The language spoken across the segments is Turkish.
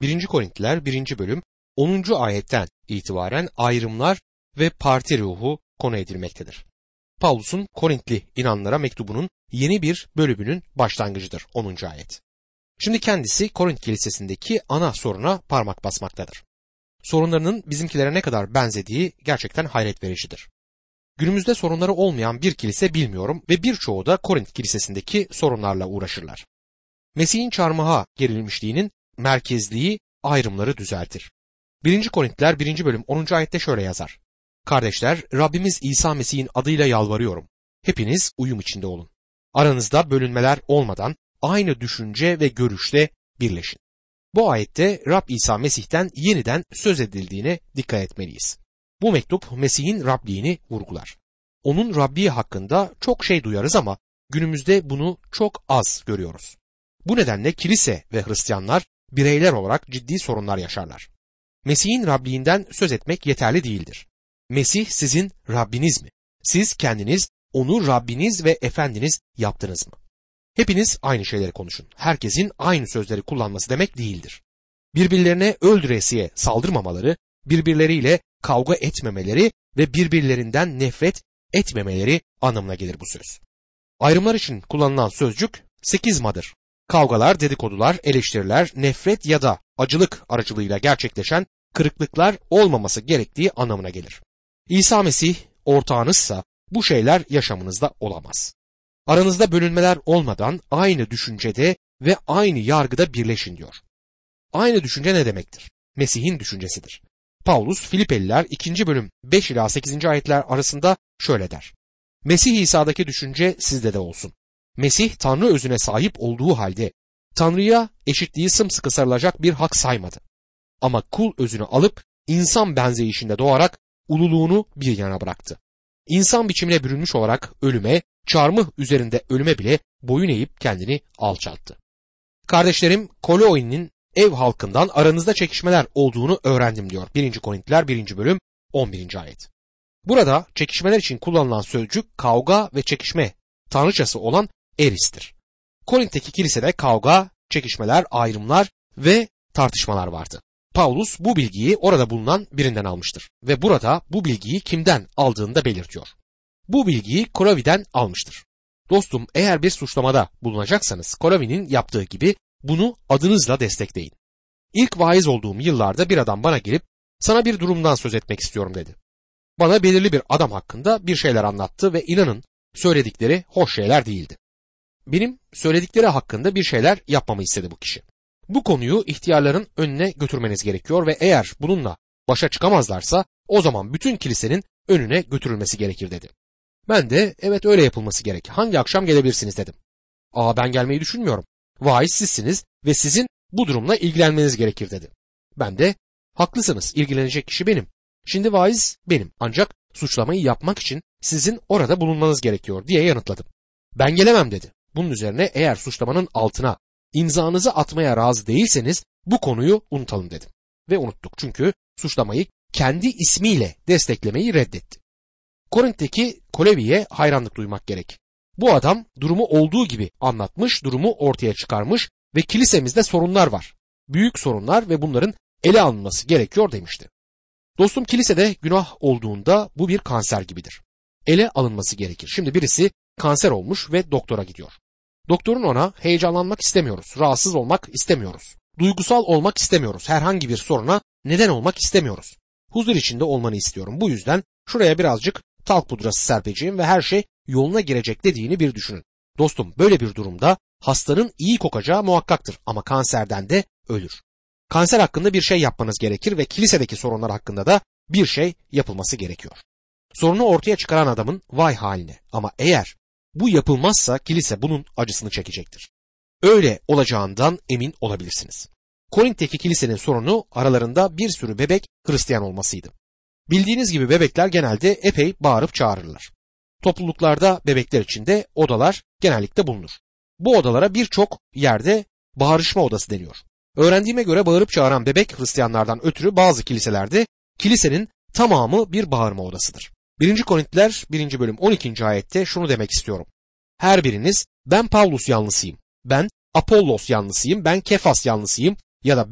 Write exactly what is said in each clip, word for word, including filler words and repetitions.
birinci Korintiler birinci bölüm onuncu ayetten itibaren ayrımlar ve parti ruhu konu edilmektedir. Pavlus'un Korintli inanlara mektubunun yeni bir bölümünün başlangıcıdır onuncu ayet. Şimdi kendisi Korint kilisesindeki ana soruna parmak basmaktadır. Sorunlarının bizimkilere ne kadar benzediği gerçekten hayret vericidir. Günümüzde sorunları olmayan bir kilise bilmiyorum ve birçoğu da Korint kilisesindeki sorunlarla uğraşırlar. Mesih'in çarmıha gerilmişliğinin merkezliği ayrımları düzeltir. birinci Korintiler birinci bölüm onuncu ayette şöyle yazar. Kardeşler, Rabbimiz İsa Mesih'in adıyla yalvarıyorum. Hepiniz uyum içinde olun. Aranızda bölünmeler olmadan aynı düşünce ve görüşte birleşin. Bu ayette Rab İsa Mesih'ten yeniden söz edildiğine dikkat etmeliyiz. Bu mektup Mesih'in Rabliğini vurgular. Onun Rabbi hakkında çok şey duyarız ama günümüzde bunu çok az görüyoruz. Bu nedenle kilise ve Hristiyanlar bireyler olarak ciddi sorunlar yaşarlar. Mesih'in Rabliğinden söz etmek yeterli değildir. Mesih sizin Rabbiniz mi? Siz kendiniz onu Rabbiniz ve Efendiniz yaptınız mı? Hepiniz aynı şeyleri konuşun. Herkesin aynı sözleri kullanması demek değildir. Birbirlerine öldüresiye saldırmamaları, birbirleriyle kavga etmemeleri ve birbirlerinden nefret etmemeleri anlamına gelir bu söz. Ayrımlar için kullanılan sözcük sekizmadır. Kavgalar, dedikodular, eleştiriler, nefret ya da acılık aracılığıyla gerçekleşen kırıklıklar olmaması gerektiği anlamına gelir. İsa Mesih ortağınızsa bu şeyler yaşamınızda olamaz. Aranızda bölünmeler olmadan aynı düşüncede ve aynı yargıda birleşin diyor. Aynı düşünce ne demektir? Mesih'in düşüncesidir. Pavlus Filipeliler ikinci bölüm beş ila sekizinci ayetler arasında şöyle der. Mesih İsa'daki düşünce sizde de olsun. Mesih Tanrı özüne sahip olduğu halde Tanrı'ya eşitliği sımsıkı sarılacak bir hak saymadı. Ama kul özünü alıp insan benzeyişinde doğarak ululuğunu bir yana bıraktı. İnsan biçimine bürünmüş olarak ölüme, çarmıh üzerinde ölüme bile boyun eğip kendini alçalttı. Kardeşlerim, Koloi'nin ev halkından aranızda çekişmeler olduğunu öğrendim diyor birinci Korintiler birinci bölüm on birinci ayet. Burada çekişmeler için kullanılan sözcük kavga ve çekişme tanrıçası olan Eris'tir. Korint'teki kilisede kavga, çekişmeler, ayrımlar ve tartışmalar vardı. Pavlus bu bilgiyi orada bulunan birinden almıştır ve burada bu bilgiyi kimden aldığını da belirtiyor. Bu bilgiyi Kolovi'den almıştır. Dostum, eğer bir suçlamada bulunacaksanız Kolovi'nin yaptığı gibi bunu adınızla destekleyin. İlk vaiz olduğum yıllarda bir adam bana gelip sana bir durumdan söz etmek istiyorum dedi. Bana belirli bir adam hakkında bir şeyler anlattı ve inanın söyledikleri hoş şeyler değildi. Benim söyledikleri hakkında bir şeyler yapmamı istedi bu kişi. Bu konuyu ihtiyarların önüne götürmeniz gerekiyor ve eğer bununla başa çıkamazlarsa o zaman bütün kilisenin önüne götürülmesi gerekir dedi. Ben de evet öyle yapılması gerek. Hangi akşam gelebilirsiniz dedim. Aa ben gelmeyi düşünmüyorum. Vaiz sizsiniz ve sizin bu durumla ilgilenmeniz gerekir dedi. Ben de haklısınız, ilgilenecek kişi benim. Şimdi vaiz benim ancak suçlamayı yapmak için sizin orada bulunmanız gerekiyor diye yanıtladım. Ben gelemem dedi. Bunun üzerine eğer suçlamanın altına imzanızı atmaya razı değilseniz bu konuyu unutalım dedim. Ve unuttuk çünkü suçlamayı kendi ismiyle desteklemeyi reddetti. Korint'teki Kolevi'ye hayranlık duymak gerek. Bu adam durumu olduğu gibi anlatmış, durumu ortaya çıkarmış ve kilisemizde sorunlar var. Büyük sorunlar ve bunların ele alınması gerekiyor demişti. Dostum, kilisede günah olduğunda bu bir kanser gibidir. Ele alınması gerekir. Şimdi birisi kanser olmuş ve doktora gidiyor. Doktorun ona heyecanlanmak istemiyoruz, rahatsız olmak istemiyoruz, duygusal olmak istemiyoruz, herhangi bir soruna neden olmak istemiyoruz. Huzur içinde olmanı istiyorum. Bu yüzden şuraya birazcık talk pudrası serpeceğim ve her şey yoluna girecek dediğini bir düşünün. Dostum, böyle bir durumda hastanın iyi kokacağı muhakkaktır ama kanserden de ölür. Kanser hakkında bir şey yapmanız gerekir ve kilisedeki sorunlar hakkında da bir şey yapılması gerekiyor. Sorunu ortaya çıkaran adamın vay haline, ama eğer bu yapılmazsa kilise bunun acısını çekecektir. Öyle olacağından emin olabilirsiniz. Korint'teki kilisenin sorunu aralarında bir sürü bebek Hristiyan olmasıydı. Bildiğiniz gibi bebekler genelde epey bağırıp çağırırlar. Topluluklarda bebekler içinde odalar genellikle bulunur. Bu odalara birçok yerde bağırışma odası deniyor. Öğrendiğime göre bağırıp çağıran bebek Hristiyanlardan ötürü bazı kiliselerde kilisenin tamamı bir bağırma odasıdır. birinci Korintiler birinci bölüm on ikinci ayette şunu demek istiyorum. Her biriniz ben Pavlus yanlısıyım, ben Apollos yanlısıyım, ben Kefas yanlısıyım ya da ben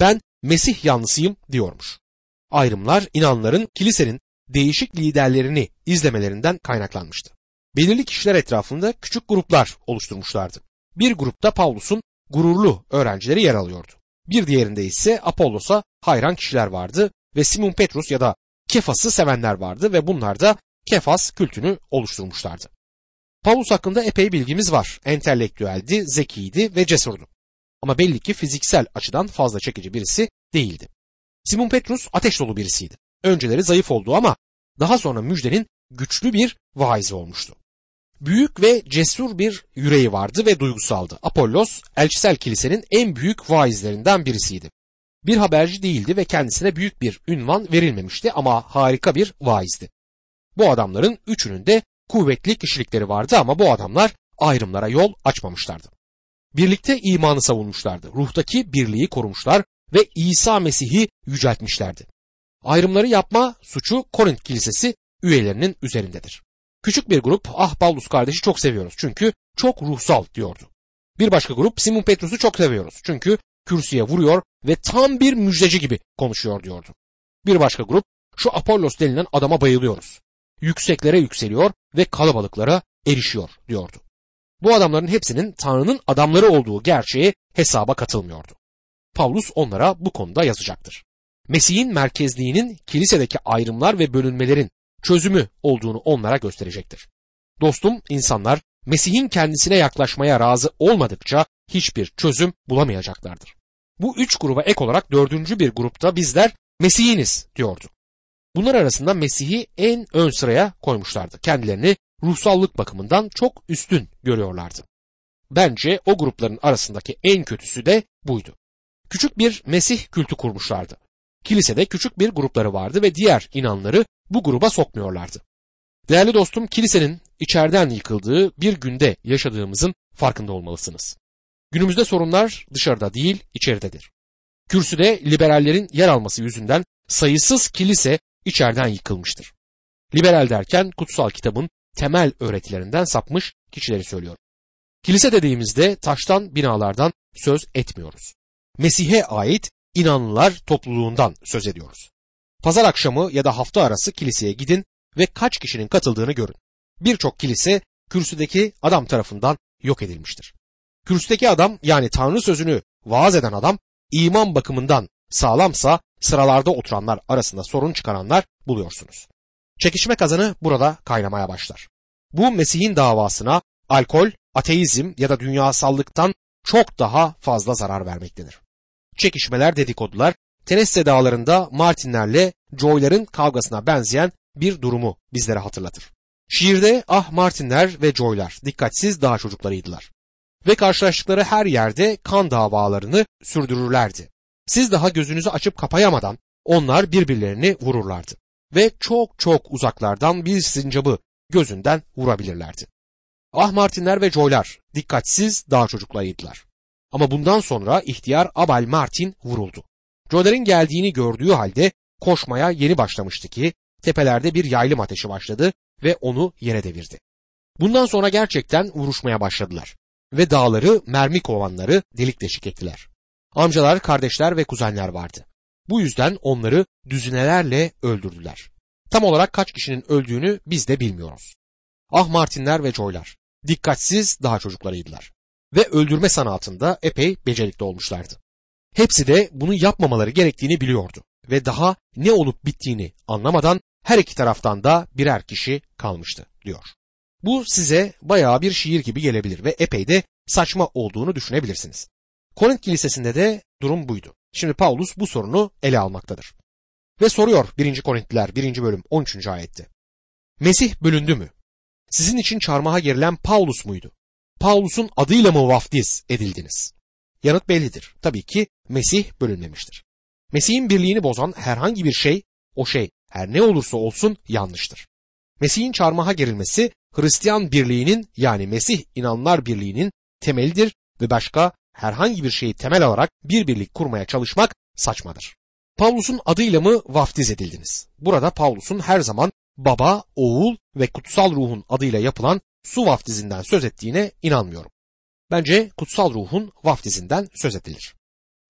Mesih yanlısıyım diyormuş. Ayrımlar inanların kilisenin değişik liderlerini izlemelerinden kaynaklanmıştı. Belirli kişiler etrafında küçük gruplar oluşturmuşlardı. Bir grupta Pavlus'un gururlu öğrencileri yer alıyordu. Bir diğerinde ise Apollos'a hayran kişiler vardı ve Simon Petrus ya da Kefas'ı sevenler vardı ve bunlar da Kefas kültünü oluşturmuşlardı. Pavlus hakkında epey bilgimiz var. Entelektüeldi, zekiydi ve cesurdu. Ama belli ki fiziksel açıdan fazla çekici birisi değildi. Simon Petrus ateş dolu birisiydi. Önceleri zayıf oldu ama daha sonra müjdenin güçlü bir vaizi olmuştu. Büyük ve cesur bir yüreği vardı ve duygusaldı. Apollos, elçisel kilisenin en büyük vaizlerinden birisiydi. Bir haberci değildi ve kendisine büyük bir ünvan verilmemişti ama harika bir vaizdi. Bu adamların üçünün de kuvvetli kişilikleri vardı ama bu adamlar ayrımlara yol açmamışlardı. Birlikte imanı savunmuşlardı. Ruhtaki birliği korumuşlar ve İsa Mesih'i yüceltmişlerdi. Ayrımları yapma suçu Korint Kilisesi üyelerinin üzerindedir. Küçük bir grup ah Pavlus kardeşi çok seviyoruz çünkü çok ruhsal diyordu. Bir başka grup Simon Petrus'u çok seviyoruz çünkü kürsüye vuruyor ve tam bir müjdeci gibi konuşuyor diyordu. Bir başka grup şu Apollos denilen adama bayılıyoruz. Yükseklere yükseliyor ve kalabalıklara erişiyor diyordu. Bu adamların hepsinin Tanrı'nın adamları olduğu gerçeği hesaba katılmıyordu. Pavlus onlara bu konuda yazacaktır. Mesih'in merkezliğinin kilisedeki ayrımlar ve bölünmelerin çözümü olduğunu onlara gösterecektir. Dostum, insanlar Mesih'in kendisine yaklaşmaya razı olmadıkça hiçbir çözüm bulamayacaklardır. Bu üç gruba ek olarak dördüncü bir grupta bizler Mesih'iniz diyordu. Bunlar arasında Mesih'i en ön sıraya koymuşlardı. Kendilerini ruhsallık bakımından çok üstün görüyorlardı. Bence o grupların arasındaki en kötüsü de buydu. Küçük bir Mesih kültü kurmuşlardı. Kilisede küçük bir grupları vardı ve diğer inanları bu gruba sokmuyorlardı. Değerli dostum, kilisenin içeriden yıkıldığı bir günde yaşadığımızın farkında olmalısınız. Günümüzde sorunlar dışarıda değil, içeridedir. Kürsüde liberallerin yer alması yüzünden sayısız kilise içeriden yıkılmıştır. Liberal derken kutsal kitabın temel öğretilerinden sapmış kişileri söylüyor. Kilise dediğimizde taştan binalardan söz etmiyoruz. Mesih'e ait inanlılar topluluğundan söz ediyoruz. Pazar akşamı ya da hafta arası kiliseye gidin ve kaç kişinin katıldığını görün. Birçok kilise kürsüdeki adam tarafından yok edilmiştir. Kürsüdeki adam, yani Tanrı sözünü vaaz eden adam, iman bakımından sağlamsa sıralarda oturanlar arasında sorun çıkaranlar buluyorsunuz. Çekişme kazanı burada kaynamaya başlar. Bu Mesih'in davasına alkol, ateizm ya da dünyasallıktan çok daha fazla zarar vermektedir. Çekişmeler, dedikodular, Tennessee dağlarında Martinlerle Joy'ların kavgasına benzeyen bir durumu bizlere hatırlatır. Şiirde ah Martinler ve Joy'lar dikkatsiz dağ çocuklarıydılar. Ve karşılaştıkları her yerde kan davalarını sürdürürlerdi. Siz daha gözünüzü açıp kapayamadan onlar birbirlerini vururlardı. Ve çok çok uzaklardan bir sincabı gözünden vurabilirlerdi. Ah Martinler ve Joy'lar dikkatsiz dağ çocuklarıydılar. Ama bundan sonra ihtiyar Abel Martin vuruldu. Joy'ların geldiğini gördüğü halde koşmaya yeni başlamıştı ki tepelerde bir yaylım ateşi başladı ve onu yere devirdi. Bundan sonra gerçekten vuruşmaya başladılar ve dağları, mermi kovanları delik deşik ettiler. Amcalar, kardeşler ve kuzenler vardı. Bu yüzden onları düzinelerle öldürdüler. Tam olarak kaç kişinin öldüğünü biz de bilmiyoruz. Ah Martinler ve Joy'lar dikkatsiz dağ çocuklarıydılar ve öldürme sanatında epey becerikli olmuşlardı. Hepsi de bunu yapmamaları gerektiğini biliyordu ve daha ne olup bittiğini anlamadan her iki taraftan da birer kişi kalmıştı diyor. Bu size bayağı bir şiir gibi gelebilir ve epey de saçma olduğunu düşünebilirsiniz. Korint Kilisesi'nde de durum buydu. Şimdi Pavlus bu sorunu ele almaktadır. Ve soruyor birinci Korintliler birinci bölüm on üçüncü ayette. Mesih bölündü mü? Sizin için çarmıha gerilen Pavlus muydu? Pavlus'un adıyla mı vaftiz edildiniz? Yanıt bellidir. Tabii ki Mesih bölünmemiştir. Mesih'in birliğini bozan herhangi bir şey, o şey her ne olursa olsun yanlıştır. Mesih'in çarmıha gerilmesi Hristiyan birliğinin, yani Mesih inananlar birliğinin temelidir ve başka herhangi bir şeyi temel alarak bir birlik kurmaya çalışmak saçmadır. Pavlus'un adıyla mı vaftiz edildiniz? Burada Pavlus'un her zaman Baba, Oğul ve Kutsal Ruh'un adıyla yapılan su vaftizinden söz ettiğine inanmıyorum. Bence Kutsal Ruh'un vaftizinden söz edilir.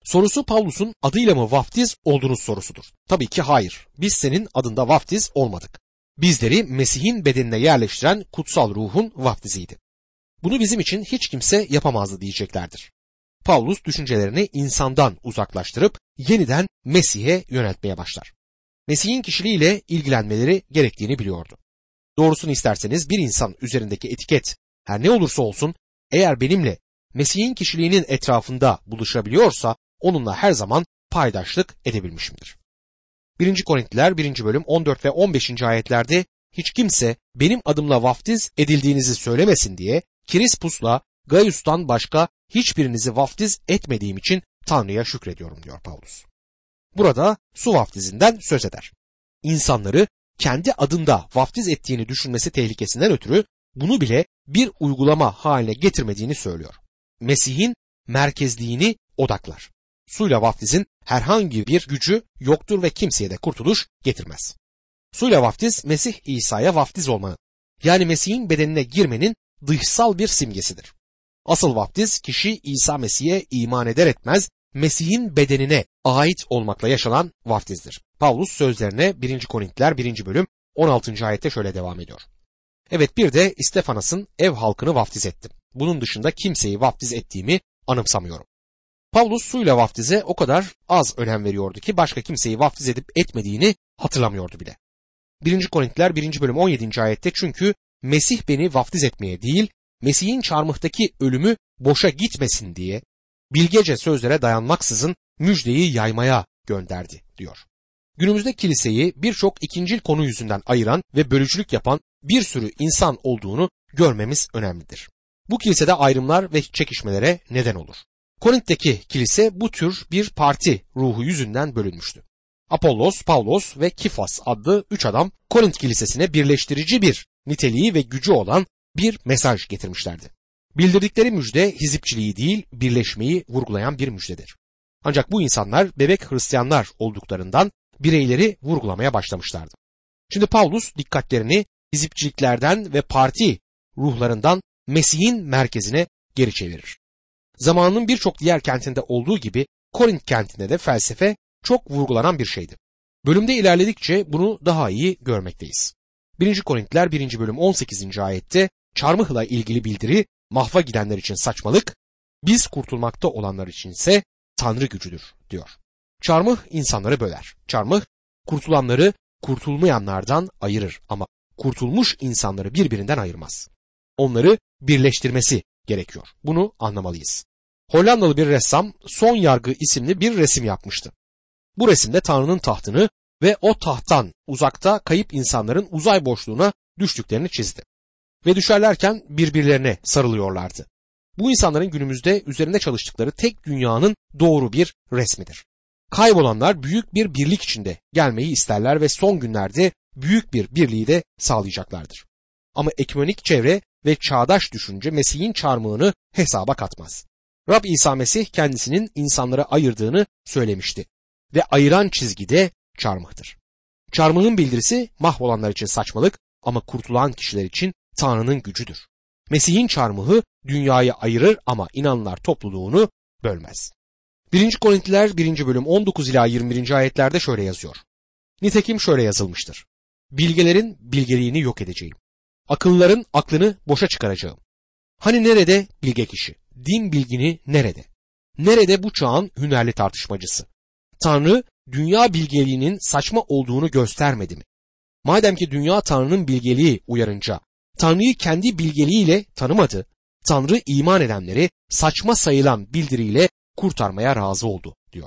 Sorusu Pavlus'un adıyla mı vaftiz oldunuz sorusudur. Tabii ki hayır. Biz senin adında vaftiz olmadık. Bizleri Mesih'in bedenine yerleştiren kutsal ruhun vaftiziydi. Bunu bizim için hiç kimse yapamazdı diyeceklerdir. Pavlus düşüncelerini insandan uzaklaştırıp yeniden Mesih'e yöneltmeye başlar. Mesih'in kişiliğiyle ilgilenmeleri gerektiğini biliyordu. Doğrusunu isterseniz bir insan üzerindeki etiket her ne olursa olsun eğer benimle Mesih'in kişiliğinin etrafında buluşabiliyorsa onunla her zaman paydaşlık edebilmişimdir. birinci Korintiler birinci bölüm on dört ve on beşinci ayetlerde hiç kimse benim adımla vaftiz edildiğinizi söylemesin diye Krispus'la Gaius'tan başka hiçbirinizi vaftiz etmediğim için Tanrı'ya şükrediyorum diyor Pavlus. Burada su vaftizinden söz eder. İnsanları kendi adında vaftiz ettiğini düşünmesi tehlikesinden ötürü bunu bile bir uygulama haline getirmediğini söylüyor. Mesih'in merkezliğini odaklar. Suyla vaftizin herhangi bir gücü yoktur ve kimseye de kurtuluş getirmez. Suyla vaftiz Mesih İsa'ya vaftiz olmanın, yani Mesih'in bedenine girmenin dışsal bir simgesidir. Asıl vaftiz kişi İsa Mesih'e iman eder etmez Mesih'in bedenine ait olmakla yaşanan vaftizdir. Pavlus sözlerine birinci Korintiler birinci bölüm on altıncı ayette şöyle devam ediyor. Evet, bir de İstefanas'ın ev halkını vaftiz ettim. Bunun dışında kimseyi vaftiz ettiğimi anımsamıyorum. Pavlus suyla vaftize o kadar az önem veriyordu ki başka kimseyi vaftiz edip etmediğini hatırlamıyordu bile. birinci Korintiler birinci bölüm on yedinci ayette çünkü Mesih beni vaftiz etmeye değil, Mesih'in çarmıhtaki ölümü boşa gitmesin diye bilgece sözlere dayanmaksızın müjdeyi yaymaya gönderdi diyor. Günümüzde kiliseyi birçok ikincil konu yüzünden ayıran ve bölücülük yapan bir sürü insan olduğunu görmemiz önemlidir. Bu kilisede ayrımlar ve çekişmelere neden olur. Korint'teki kilise bu tür bir parti ruhu yüzünden bölünmüştü. Apollos, Pavlos ve Kifas adlı üç adam Korint kilisesine birleştirici bir niteliği ve gücü olan bir mesaj getirmişlerdi. Bildirdikleri müjde hizipçiliği değil, birleşmeyi vurgulayan bir müjdedir. Ancak bu insanlar bebek Hristiyanlar olduklarından bireyleri vurgulamaya başlamışlardı. Şimdi Pavlus dikkatlerini hizipçiliklerden ve parti ruhlarından Mesih'in merkezine geri çevirir. Zamanının birçok diğer kentinde olduğu gibi Korint kentinde de felsefe çok vurgulanan bir şeydi. Bölümde ilerledikçe bunu daha iyi görmekteyiz. birinci Korintiler birinci bölüm on sekizinci ayette çarmıhla ilgili bildiri mahva gidenler için saçmalık, biz kurtulmakta olanlar içinse Tanrı gücüdür diyor. Çarmıh insanları böler. Çarmıh kurtulanları kurtulmayanlardan ayırır ama kurtulmuş insanları birbirinden ayırmaz. Onları birleştirmesi gerekiyor. Bunu anlamalıyız. Hollandalı bir ressam Son Yargı isimli bir resim yapmıştı. Bu resimde Tanrı'nın tahtını ve o tahttan uzakta kayıp insanların uzay boşluğuna düştüklerini çizdi. Ve düşerlerken birbirlerine sarılıyorlardı. Bu insanların günümüzde üzerinde çalıştıkları tek dünyanın doğru bir resmidir. Kaybolanlar büyük bir birlik içinde gelmeyi isterler ve son günlerde büyük bir birliği de sağlayacaklardır. Ama ekümenik çevre ve çağdaş düşünce Mesih'in çarmıhını hesaba katmaz. Rab İsa Mesih kendisinin insanlara ayırdığını söylemişti ve ayıran çizgi de çarmıhtır. Çarmıhın bildirisi mahvolanlar için saçmalık ama kurtulan kişiler için Tanrı'nın gücüdür. Mesih'in çarmıhı dünyayı ayırır ama inananlar topluluğunu bölmez. birinci Korintiler birinci bölüm on dokuz ila yirmi birinci ayetlerde şöyle yazıyor. Nitekim şöyle yazılmıştır. Bilgelerin bilgeliğini yok edeceğim. Akılların aklını boşa çıkaracağım. Hani nerede bilge kişi? Din bilgini nerede? Nerede bu çağın hünerli tartışmacısı? Tanrı dünya bilgeliğinin saçma olduğunu göstermedi mi? Madem ki dünya Tanrı'nın bilgeliği uyarınca Tanrı'yı kendi bilgeliğiyle tanımadı, Tanrı iman edenleri saçma sayılan bildiriyle kurtarmaya razı oldu diyor.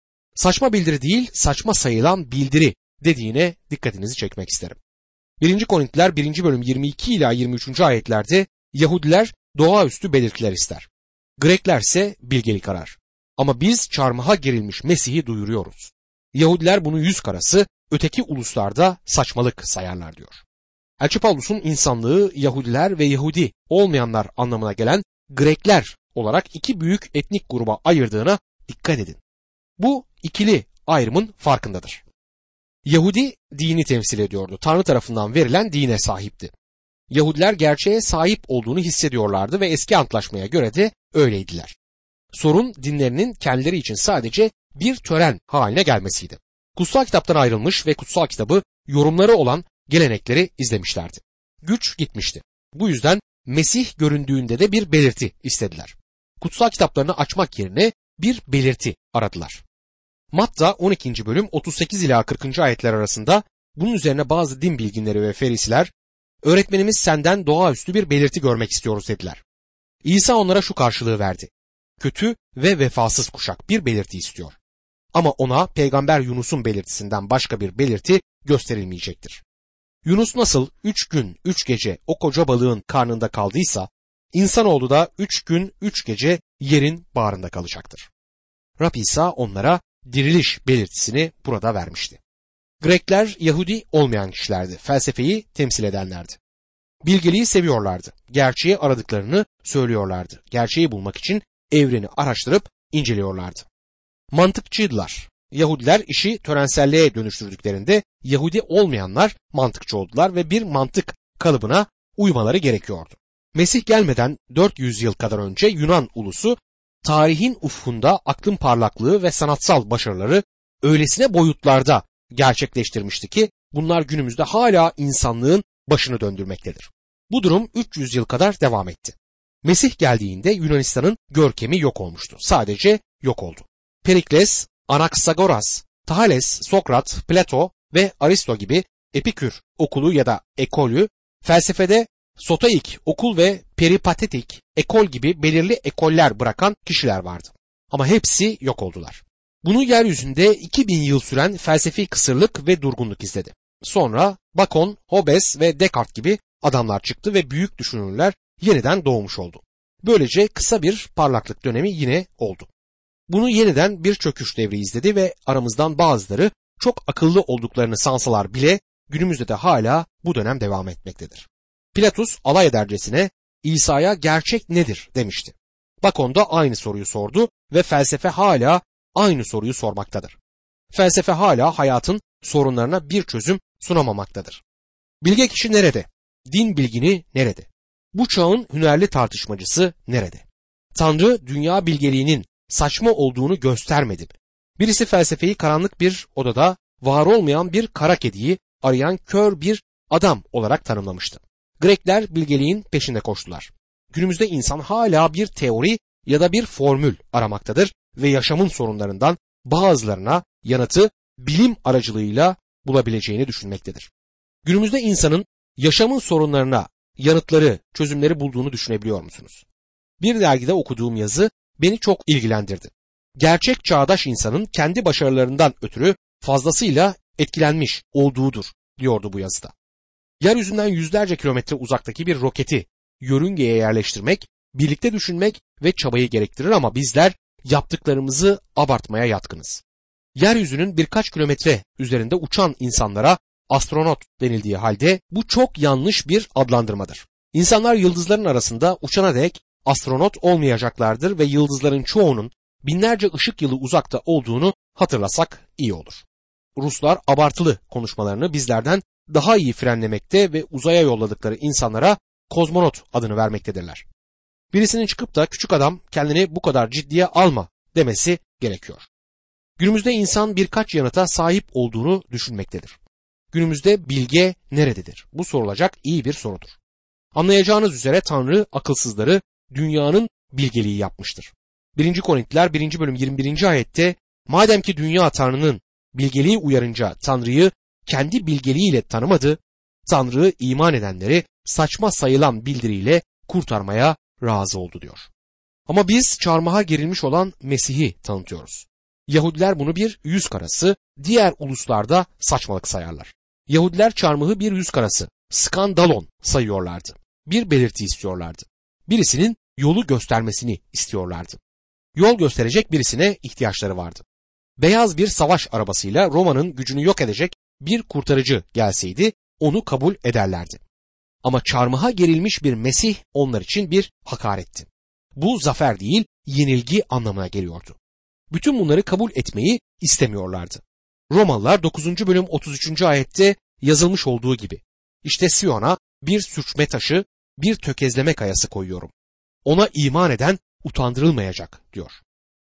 Saçma bildiri değil, saçma sayılan bildiri dediğine dikkatinizi çekmek isterim. birinci Korintiler birinci bölüm yirmi iki ila yirmi üçüncü ayetlerde Yahudiler doğaüstü belirtiler ister. Grekler ise bilgelik arar. Ama biz çarmıha gerilmiş Mesih'i duyuruyoruz. Yahudiler bunu yüz karası, öteki uluslarda saçmalık sayarlar diyor. Elçi Pavlus'un insanlığı Yahudiler ve Yahudi olmayanlar anlamına gelen Grekler olarak iki büyük etnik gruba ayırdığına dikkat edin. Bu ikili ayrımın farkındadır. Yahudi dini temsil ediyordu. Tanrı tarafından verilen dine sahipti. Yahudiler gerçeğe sahip olduğunu hissediyorlardı ve eski antlaşmaya göre de öyleydiler. Sorun dinlerinin kendileri için sadece bir tören haline gelmesiydi. Kutsal kitaptan ayrılmış ve kutsal kitabı yorumları olan gelenekleri izlemişlerdi. Güç gitmişti. Bu yüzden Mesih göründüğünde de bir belirti istediler. Kutsal kitaplarını açmak yerine bir belirti aradılar. Matta on ikinci bölüm otuz sekiz ila kırkıncı ayetler arasında bunun üzerine bazı din bilginleri ve ferisiler, öğretmenimiz senden doğaüstü bir belirti görmek istiyoruz dediler. İsa onlara şu karşılığı verdi. Kötü ve vefasız kuşak bir belirti istiyor. Ama ona peygamber Yunus'un belirtisinden başka bir belirti gösterilmeyecektir. Yunus nasıl üç gün üç gece o koca balığın karnında kaldıysa, insanoğlu da üç gün üç gece yerin bağrında kalacaktır. Rab İsa onlara diriliş belirtisini burada vermişti. Grekler Yahudi olmayan kişilerdi, felsefeyi temsil edenlerdi. Bilgeliği seviyorlardı, gerçeği aradıklarını söylüyorlardı, gerçeği bulmak için evreni araştırıp inceliyorlardı. Mantıkçıydılar. Yahudiler işi törenselliğe dönüştürdüklerinde Yahudi olmayanlar mantıkçı oldular ve bir mantık kalıbına uymaları gerekiyordu. Mesih gelmeden dört yüz yıl kadar önce Yunan ulusu tarihin ufkunda aklın parlaklığı ve sanatsal başarıları öylesine boyutlarda gerçekleştirmişti ki bunlar günümüzde hala insanlığın başını döndürmektedir. Bu durum üç yüz yıl kadar devam etti. Mesih geldiğinde Yunanistan'ın görkemi yok olmuştu. Sadece yok oldu. Perikles, Anaksagoras, Thales, Sokrat, Plato ve Aristo gibi Epikür okulu ya da ekolü, felsefede Stoik okul ve Peripatetik ekol gibi belirli ekoller bırakan kişiler vardı. Ama hepsi yok oldular. Bunu yeryüzünde iki bin yıl süren felsefi kısırlık ve durgunluk izledi. Sonra Bacon, Hobbes ve Descartes gibi adamlar çıktı ve büyük düşünürler yeniden doğmuş oldu. Böylece kısa bir parlaklık dönemi yine oldu. Bunu yeniden bir çöküş devri izledi ve aramızdan bazıları çok akıllı olduklarını sansalar bile günümüzde de hala bu dönem devam etmektedir. Pilatus alay edercesine İsa'ya gerçek nedir demişti. Bacon da aynı soruyu sordu ve felsefe hala aynı soruyu sormaktadır. Felsefe hala hayatın sorunlarına bir çözüm sunamamaktadır. Bilge kişi nerede? Din bilgini nerede? Bu çağın hünerli tartışmacısı nerede? Tanrı dünya bilgeliğinin saçma olduğunu göstermedi. Birisi felsefeyi karanlık bir odada var olmayan bir kara kediyi arayan kör bir adam olarak tanımlamıştı. Grekler bilgeliğin peşinde koştular. Günümüzde insan hala bir teori ya da bir formül aramaktadır ve yaşamın sorunlarından bazılarına yanıtı bilim aracılığıyla bulabileceğini düşünmektedir. Günümüzde insanın yaşamın sorunlarına yanıtları, çözümleri bulduğunu düşünebiliyor musunuz? Bir dergide okuduğum yazı beni çok ilgilendirdi. Gerçek çağdaş insanın kendi başarılarından ötürü fazlasıyla etkilenmiş olduğudur diyordu bu yazıda. Yeryüzünden yüzlerce kilometre uzaktaki bir roketi yörüngeye yerleştirmek, birlikte düşünmek ve çabayı gerektirir ama bizler yaptıklarımızı abartmaya yatkınız. Yeryüzünün birkaç kilometre üzerinde uçan insanlara astronot denildiği halde bu çok yanlış bir adlandırmadır. İnsanlar yıldızların arasında uçana dek astronot olmayacaklardır ve yıldızların çoğunun binlerce ışık yılı uzakta olduğunu hatırlasak iyi olur. Ruslar abartılı konuşmalarını bizlerden daha iyi frenlemekte ve uzaya yolladıkları insanlara kozmonot adını vermektedirler. Birisinin çıkıp da küçük adam kendini bu kadar ciddiye alma demesi gerekiyor. Günümüzde insan birkaç yanıta sahip olduğunu düşünmektedir. Günümüzde bilge nerededir? Bu sorulacak iyi bir sorudur. Anlayacağınız üzere Tanrı akılsızları dünyanın bilgeliği yapmıştır. birinci Korintiler birinci bölüm yirmi birinci ayette madem ki dünya Tanrı'nın bilgeliği uyarınca Tanrı'yı kendi bilgeliğiyle tanımadı, Tanrı iman edenleri saçma sayılan bildiriyle kurtarmaya razı oldu diyor. Ama biz çarmıha gerilmiş olan Mesih'i tanıtıyoruz. Yahudiler bunu bir yüz karası, diğer uluslarda saçmalık sayarlar. Yahudiler çarmıhı bir yüz karası, skandalon sayıyorlardı. Bir belirti istiyorlardı. Birisinin yolu göstermesini istiyorlardı. Yol gösterecek birisine ihtiyaçları vardı. Beyaz bir savaş arabasıyla Roma'nın gücünü yok edecek bir kurtarıcı gelseydi onu kabul ederlerdi. Ama çarmıha gerilmiş bir Mesih onlar için bir hakaretti. Bu zafer değil, yenilgi anlamına geliyordu. Bütün bunları kabul etmeyi istemiyorlardı. Romalılar dokuzuncu bölüm otuz üçüncü ayette yazılmış olduğu gibi işte Siyon'a bir sürçme taşı, bir tökezleme kayası koyuyorum. Ona iman eden utandırılmayacak diyor.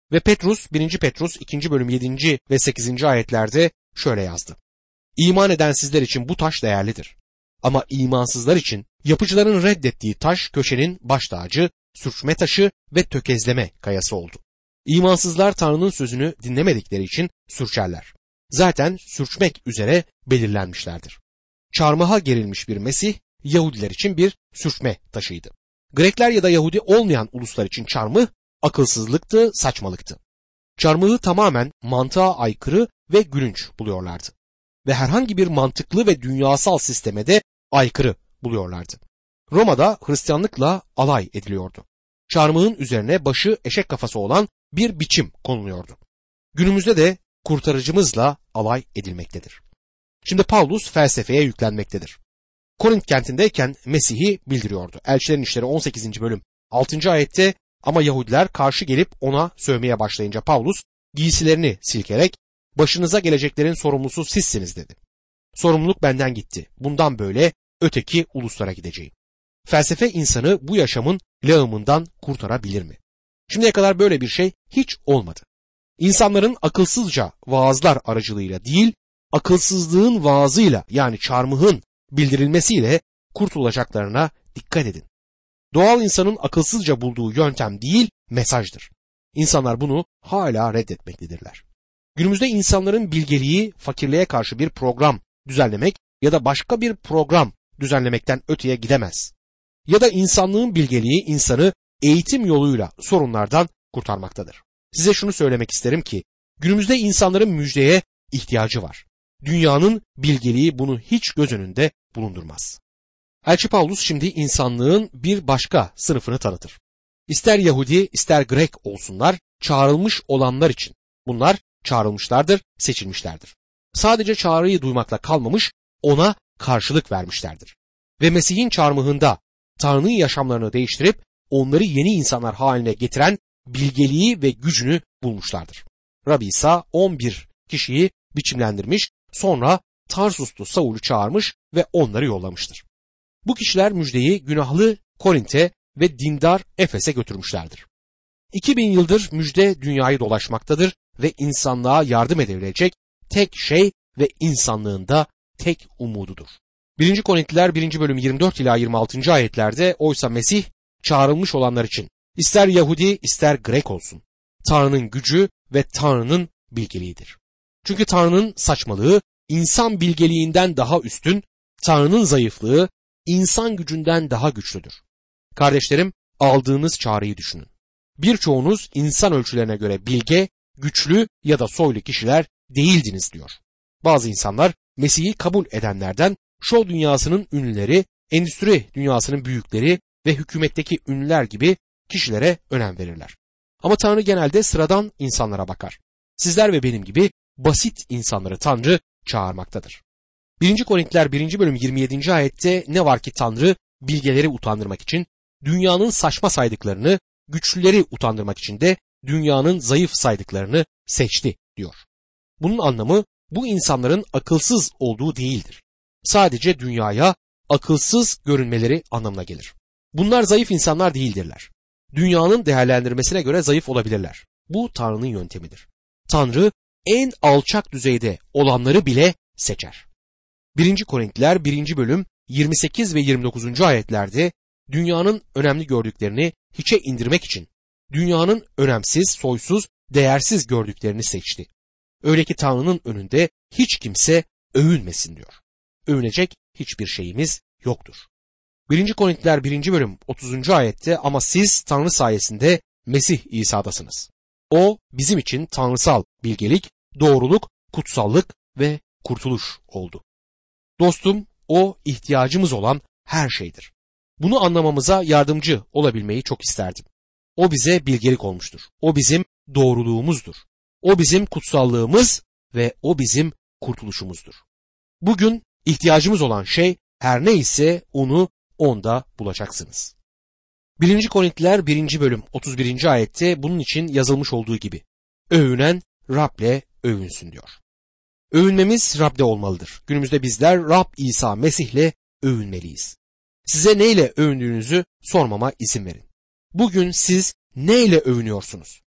Ve Petrus birinci. Petrus ikinci bölüm yedinci ve sekizinci ayetlerde şöyle yazdı. İman eden sizler için bu taş değerlidir. Ama imansızlar için yapıcıların reddettiği taş köşenin baş tacı, sürçme taşı ve tökezleme kayası oldu. İmansızlar Tanrı'nın sözünü dinlemedikleri için sürçerler. Zaten sürçmek üzere belirlenmişlerdir. Çarmıha gerilmiş bir Mesih, Yahudiler için bir sürçme taşıydı. Grekler ya da Yahudi olmayan uluslar için çarmıh akılsızlıktı, saçmalıktı. Çarmıhı tamamen mantığa aykırı ve gülünç buluyorlardı. Ve herhangi bir mantıklı ve dünyasal sisteme de aykırı buluyorlardı. Roma'da Hristiyanlıkla alay ediliyordu. Çarmıhın üzerine başı eşek kafası olan bir biçim konuluyordu. Günümüzde de kurtarıcımızla alay edilmektedir. Şimdi Paulus felsefeye yüklenmektedir. Korint kentindeyken Mesih'i bildiriyordu. Elçilerin İşleri on sekizinci bölüm altıncı ayette ama Yahudiler karşı gelip ona sövmeye başlayınca Paulus giysilerini silkerek başınıza geleceklerin sorumlusu sizsiniz dedi. Sorumluluk benden gitti. Bundan böyle öteki uluslara gideceğim. Felsefe insanı bu yaşamın lağımından kurtarabilir mi? Şimdiye kadar böyle bir şey hiç olmadı. İnsanların akılsızca vaazlar aracılığıyla değil, akılsızlığın vaazıyla yani çarmıhın bildirilmesiyle kurtulacaklarına dikkat edin. Doğal insanın akılsızca bulduğu yöntem değil, mesajdır. İnsanlar bunu hala reddetmektedirler. Günümüzde insanların bilgeliği fakirliğe karşı bir program düzenlemek ya da başka bir program düzenlemekten öteye gidemez. Ya da insanlığın bilgeliği insanı eğitim yoluyla sorunlardan kurtarmaktadır. Size şunu söylemek isterim ki günümüzde insanların müjdeye ihtiyacı var. Dünyanın bilgeliği bunu hiç göz önünde bulundurmaz. Elçi Paulus şimdi insanlığın bir başka sınıfını tanıtır. İster Yahudi ister Grek olsunlar çağrılmış olanlar için. Bunlar çağrılmışlardır, seçilmişlerdir. Sadece çağrıyı duymakla kalmamış, ona karşılık vermişlerdir. Ve Mesih'in çarmıhında Tanrı'nın yaşamlarını değiştirip onları yeni insanlar haline getiren bilgeliği ve gücünü bulmuşlardır. Rabbi İsa on bir kişiyi biçimlendirmiş, sonra Tarsuslu Saul'u çağırmış ve onları yollamıştır. Bu kişiler müjdeyi günahlı Korint'e ve dindar Efes'e götürmüşlerdir. iki bin yıldır müjde dünyayı dolaşmaktadır ve insanlığa yardım edebilecek tek şey ve insanlığın da tek umududur. birinci. Korintliler birinci bölüm yirmi dört ila yirmi altıncı ayetlerde oysa Mesih çağrılmış olanlar için ister Yahudi ister Grek olsun Tanrı'nın gücü ve Tanrı'nın bilgeliğidir. Çünkü Tanrı'nın saçmalığı insan bilgeliğinden daha üstün, Tanrı'nın zayıflığı insan gücünden daha güçlüdür. Kardeşlerim, aldığınız çağrıyı düşünün. Birçoğunuz insan ölçülerine göre bilge, güçlü ya da soylu kişiler değildiniz diyor. Bazı insanlar Mesih'i kabul edenlerden şov dünyasının ünlüleri, endüstri dünyasının büyükleri ve hükümetteki ünlüler gibi kişilere önem verirler. Ama Tanrı genelde sıradan insanlara bakar. Sizler ve benim gibi basit insanları Tanrı çağırmaktadır. birinci. Korintliler birinci bölüm yirmi yedinci ayette ne var ki Tanrı bilgeleri utandırmak için dünyanın saçma saydıklarını, güçlüleri utandırmak için de dünyanın zayıf saydıklarını seçti diyor. Bunun anlamı bu insanların akılsız olduğu değildir. Sadece dünyaya akılsız görünmeleri anlamına gelir. Bunlar zayıf insanlar değildirler. Dünyanın değerlendirmesine göre zayıf olabilirler. Bu Tanrı'nın yöntemidir. Tanrı en alçak düzeyde olanları bile seçer. birinci. Korintliler birinci bölüm yirmi sekiz ve yirmi dokuzuncu ayetlerde dünyanın önemli gördüklerini hiçe indirmek için dünyanın önemsiz, soysuz, değersiz gördüklerini seçti. Öyle ki Tanrı'nın önünde hiç kimse övünmesin diyor. Övünecek hiçbir şeyimiz yoktur. birinci. Korintliler birinci bölüm otuzuncu ayette ama siz Tanrı sayesinde Mesih İsa'dasınız. O bizim için tanrısal bilgelik, doğruluk, kutsallık ve kurtuluş oldu. Dostum, o ihtiyacımız olan her şeydir. Bunu anlamamıza yardımcı olabilmeyi çok isterdim. O bize bilgelik olmuştur. O bizim doğruluğumuzdur. O bizim kutsallığımız ve o bizim kurtuluşumuzdur. Bugün ihtiyacımız olan şey her neyse onu onda bulacaksınız. birinci. Korintliler birinci bölüm otuz birinci ayette bunun için yazılmış olduğu gibi övünen Rab'le övünsün diyor. Övünmemiz Rab'de olmalıdır. Günümüzde bizler Rab İsa Mesih'le övünmeliyiz. Size neyle övündüğünüzü sormama izin verin. Bugün siz neyle övünüyorsunuz?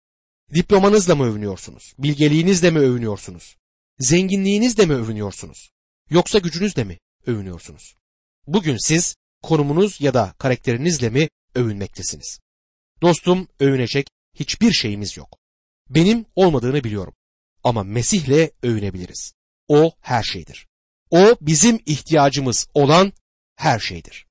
Diplomanızla mı övünüyorsunuz? Bilgeliğinizle mi övünüyorsunuz? Zenginliğinizle mi övünüyorsunuz? Yoksa gücünüzle mi övünüyorsunuz? Bugün siz konumunuz ya da karakterinizle mi övünmektesiniz? Dostum, övünecek hiçbir şeyimiz yok. Benim olmadığını biliyorum. Ama Mesih'le övünebiliriz. O her şeydir. O bizim ihtiyacımız olan her şeydir.